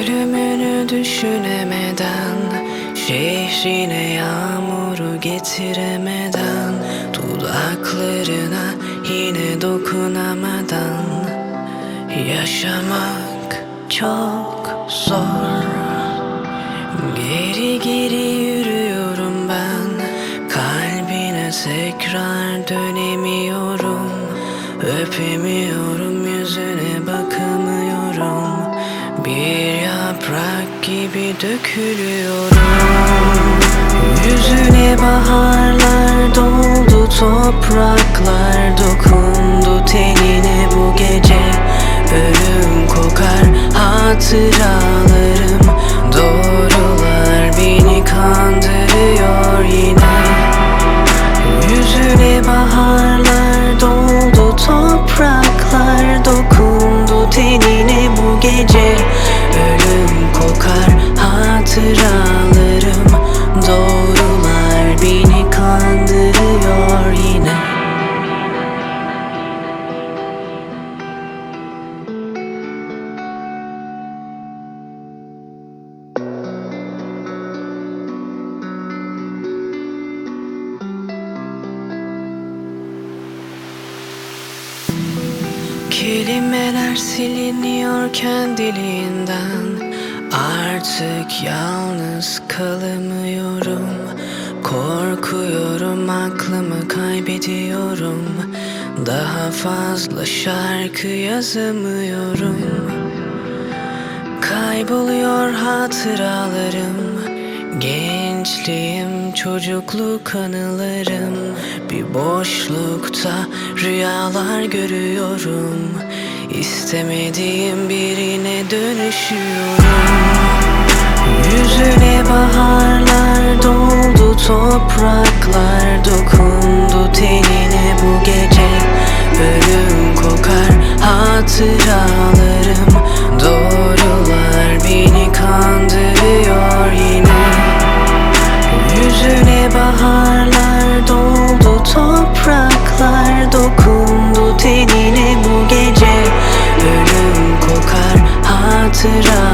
Ölümünü düşünemeden, şehrine yağmuru getiremeden, dudaklarına yine dokunamadan yaşamak çok zor. Geri geri yürüyorum ben, kalbine tekrar dönemiyorum. Öpemiyorum, yüzüne bakamıyorum. Bir yaprak gibi dökülüyorum. Yüzüne baharlar doldu, topraklar dokundu tenine bu gece. Ölüm kokar hatıralarım, doğrular beni kandırıyor yine. Yüzüne baharlar doldu, topraklar dokundu tenine bu gece. Ölüm kokar hatıralarım, doğrular beni kandırıyor yine. Kelimeler siliniyor kendiliğinden. Artık yalnız kalamıyorum. Korkuyorum, aklımı kaybediyorum. Daha fazla şarkı yazamıyorum. Kayboluyor hatıralarım, gençliğim, çocukluk anılarım. Bir boşlukta rüyalar görüyorum. İstemediğim birine dönüşüyorum. Yüzüne baharlar doldu, topraklar dokundu tenine bu gece. Ölüm kokar hatıralarım, doğrular beni kandırıyor yine. Yüzüne baharlar doldu, topraklar dokundu tenine bu gece. Ölüm kokar hatıralarım,